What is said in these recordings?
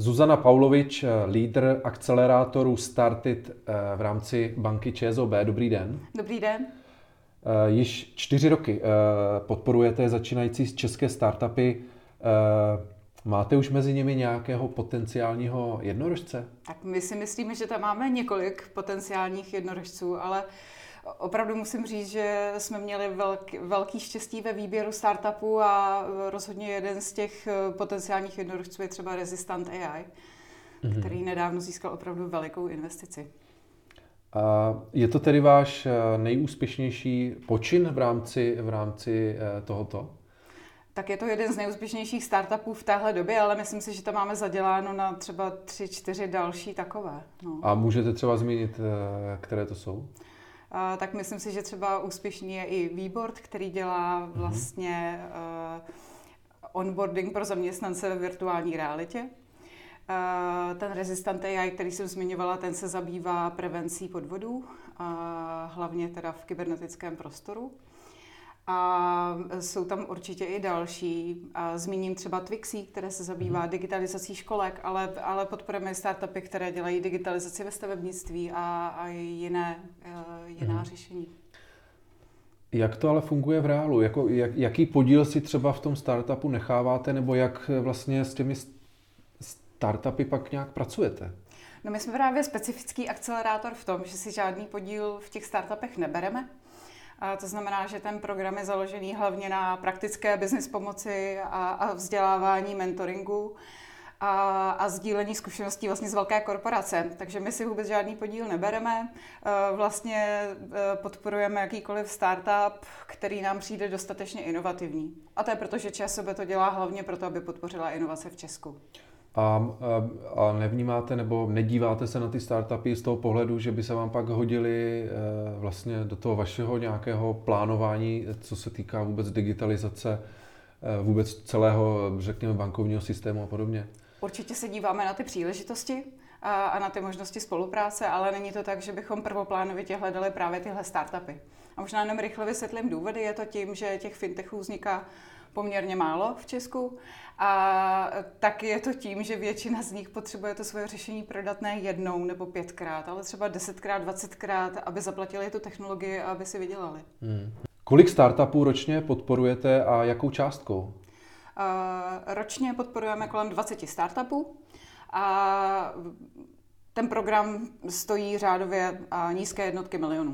Zuzana Paulovič, lídr akcelerátoru Startit v rámci banky ČSOB. Dobrý den. Dobrý den. Již 4 roky podporujete začínající české startupy. Máte už mezi nimi nějakého potenciálního jednorožce? Tak my si myslíme, že tam máme několik potenciálních jednorožců, ale opravdu musím říct, že jsme měli velký štěstí ve výběru startupů a rozhodně jeden z těch potenciálních jednorožců je třeba Resistant AI, který nedávno získal opravdu velikou investici. Je to tedy váš nejúspěšnější počin v rámci tohoto? Tak je to jeden z nejúspěšnějších startupů v téhle době, ale myslím si, že tam máme zaděláno na třeba 3-4 další takové. No. A můžete třeba zmínit, které to jsou? Tak myslím si, že třeba úspěšný je i Výbord, který dělá vlastně onboarding pro zaměstnance ve virtuální realitě. Ten Resistant AI, který jsem zmiňovala, ten se zabývá prevencí podvodů, hlavně teda v kybernetickém prostoru. A jsou tam určitě i další. Zmíním třeba Twixy, které se zabývá digitalizací školek, ale podporujeme startupy, které dělají digitalizaci ve stavebnictví a jiná řešení. Jak to ale funguje v reálu? Jaký podíl si třeba v tom startupu necháváte, nebo jak vlastně s těmi startupy pak nějak pracujete? No my jsme právě specifický akcelerátor v tom, že si žádný podíl v těch startupech nebereme. A to znamená, že ten program je založený hlavně na praktické business pomoci a vzdělávání, mentoringu a sdílení zkušeností vlastně z velké korporace. Takže my si vůbec žádný podíl nebereme. Vlastně podporujeme jakýkoliv startup, který nám přijde dostatečně inovativní. A to je proto, že ČSOB to dělá hlavně proto, aby podpořila inovace v Česku. A nevnímáte nebo nedíváte se na ty startupy z toho pohledu, že by se vám pak hodili vlastně do toho vašeho nějakého plánování, co se týká vůbec digitalizace, vůbec celého, řekněme, bankovního systému a podobně? Určitě se díváme na ty příležitosti a na ty možnosti spolupráce, ale není to tak, že bychom prvoplánovitě hledali právě tyhle startupy. A možná jenom rychle vysvětlím důvody. Je to tím, že těch fintechů vzniká poměrně málo v Česku a taky je to tím, že většina z nich potřebuje to svoje řešení prodat ne jednou nebo 5krát, ale třeba 10krát, 20krát, aby zaplatili tu technologii a aby si vydělali. Kolik startupů ročně podporujete a jakou částkou? Ročně podporujeme kolem 20 startupů a ten program stojí řádově nízké jednotky milionů.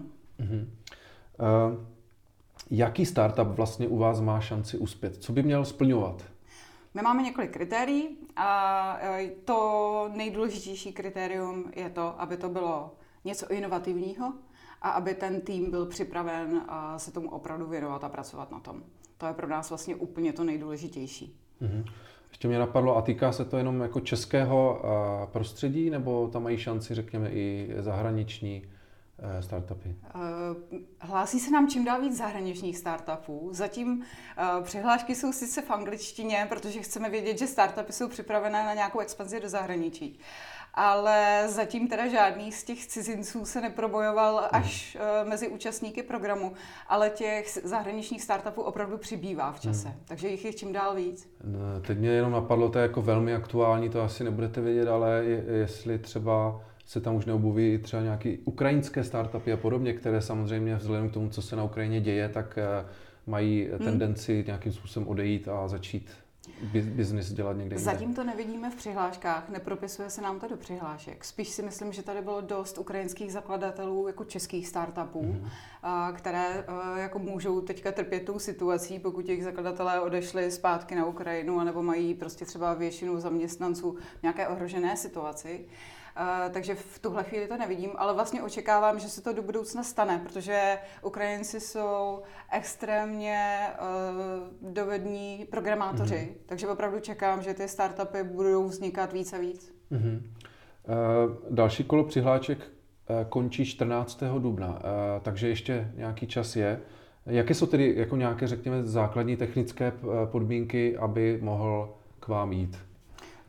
Jaký startup vlastně u vás má šanci uspět? Co by měl splňovat? My máme několik kritérií a to nejdůležitější kritérium je to, aby to bylo něco inovativního a aby ten tým byl připraven se tomu opravdu věnovat a pracovat na tom. To je pro nás vlastně úplně to nejdůležitější. Ještě mě napadlo, a týká se to jenom jako českého prostředí, nebo tam mají šanci, řekněme, i zahraniční startupy? Hlásí se nám čím dál víc zahraničních startupů. Zatím přihlášky jsou sice v angličtině, protože chceme vědět, že startupy jsou připravené na nějakou expanzi do zahraničí. Ale zatím teda žádný z těch cizinců se neprobojoval až mezi účastníky programu, ale těch zahraničních startupů opravdu přibývá v čase, takže jich je čím dál víc. Teď mě jenom napadlo, to je jako velmi aktuální, to asi nebudete vědět, ale jestli třeba se tam už neobjeví i třeba nějaké ukrajinské startupy a podobně, které samozřejmě vzhledem k tomu, co se na Ukrajině děje, tak mají tendenci nějakým způsobem odejít a začít biznis dělat někde jinde. Zatím to nevidíme v přihláškách, nepropisuje se nám to do přihlášek. Spíš si myslím, že tady bylo dost ukrajinských zakladatelů jako českých startupů, které jako můžou teďka trpět tou situací, pokud těch zakladatelé odešli zpátky na Ukrajinu, anebo mají prostě třeba většinu zaměstnanců v nějaké ohrožené situaci. Takže v tuhle chvíli to nevidím, ale vlastně očekávám, že se to do budoucna stane, protože Ukrajinci jsou extrémně dovední programátoři, takže opravdu čekám, že ty startupy budou vznikat víc a víc. Další kolo přihlášek končí 14. dubna, takže ještě nějaký čas je. Jaké jsou tedy jako nějaké, řekněme, základní technické podmínky, aby mohl k vám jít?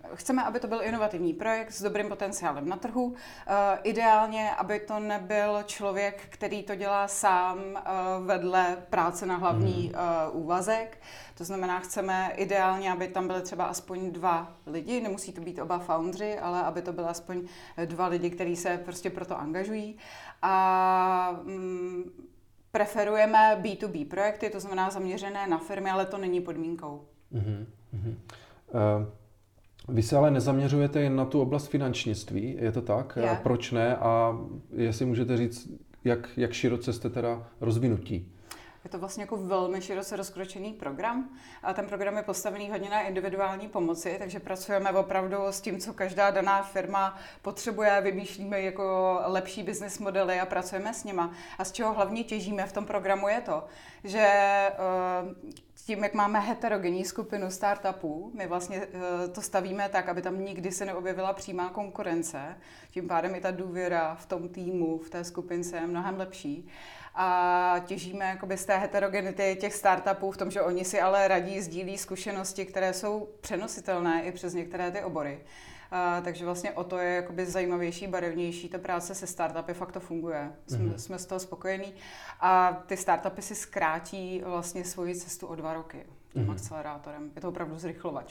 Chceme, aby to byl inovativní projekt s dobrým potenciálem na trhu. Ideálně, aby to nebyl člověk, který to dělá sám vedle práce na hlavní úvazek. To znamená, chceme ideálně, aby tam byly třeba aspoň 2 lidi, nemusí to být oba foundři, ale aby to byly aspoň 2 lidi, kteří se prostě proto angažují. A preferujeme B2B projekty, to znamená zaměřené na firmy, ale to není podmínkou. Vy se ale nezaměřujete jen na tu oblast finančnictví, je to tak? Je. Proč ne? A jestli můžete říct, jak široce jste teda rozvinutí? Je to vlastně jako velmi široce rozkročený program a ten program je postavený hodně na individuální pomoci, takže pracujeme opravdu s tím, co každá daná firma potřebuje, vymýšlíme jako lepší business modely a pracujeme s nima. A z čeho hlavně těžíme v tom programu je to, že tím, jak máme heterogenní skupinu startupů, my vlastně to stavíme tak, aby tam nikdy se neobjevila přímá konkurence, tím pádem i ta důvěra v tom týmu, v té skupince je mnohem lepší. A těžíme jakoby z té heterogenity těch startupů v tom, že oni si ale radí sdílí zkušenosti, které jsou přenositelné i přes některé ty obory. Takže vlastně o to je jakoby zajímavější, barevnější, ta práce se startupy fakt to funguje. Jsme z toho spokojení a ty startupy si zkrátí vlastně svoji cestu o 2 roky tím akcelerátorem. Je to opravdu zrychlovač.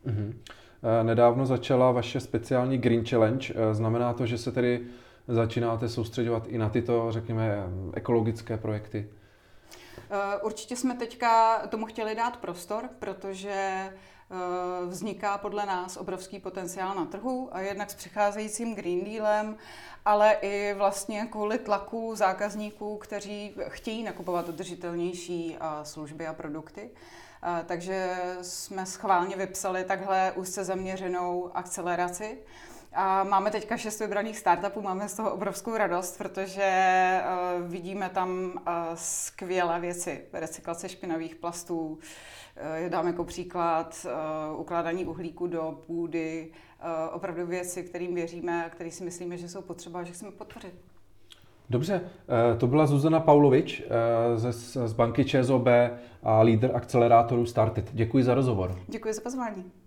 Nedávno začala vaše speciální Green Challenge. Znamená to, že se tedy začínáte soustředovat i na tyto, řekněme, ekologické projekty? Určitě jsme teďka tomu chtěli dát prostor, protože vzniká podle nás obrovský potenciál na trhu a jednak s přicházejícím Green Dealem, ale i vlastně kvůli tlaku zákazníků, kteří chtějí nakupovat udržitelnější služby a produkty. Takže jsme schválně vypsali takhle úzce zaměřenou akceleraci. A máme teďka 6 vybraných startupů, máme z toho obrovskou radost, protože vidíme tam skvělé věci. Recyklace špinavých plastů, dám jako příklad ukládání uhlíku do půdy, opravdu věci, kterým věříme a které si myslíme, že jsou potřeba a že chceme podpořit. Dobře, to byla Zuzana Paulovič z banky ČSOB a lídr akcelerátoru Started. Děkuji za rozhovor. Děkuji za pozvání.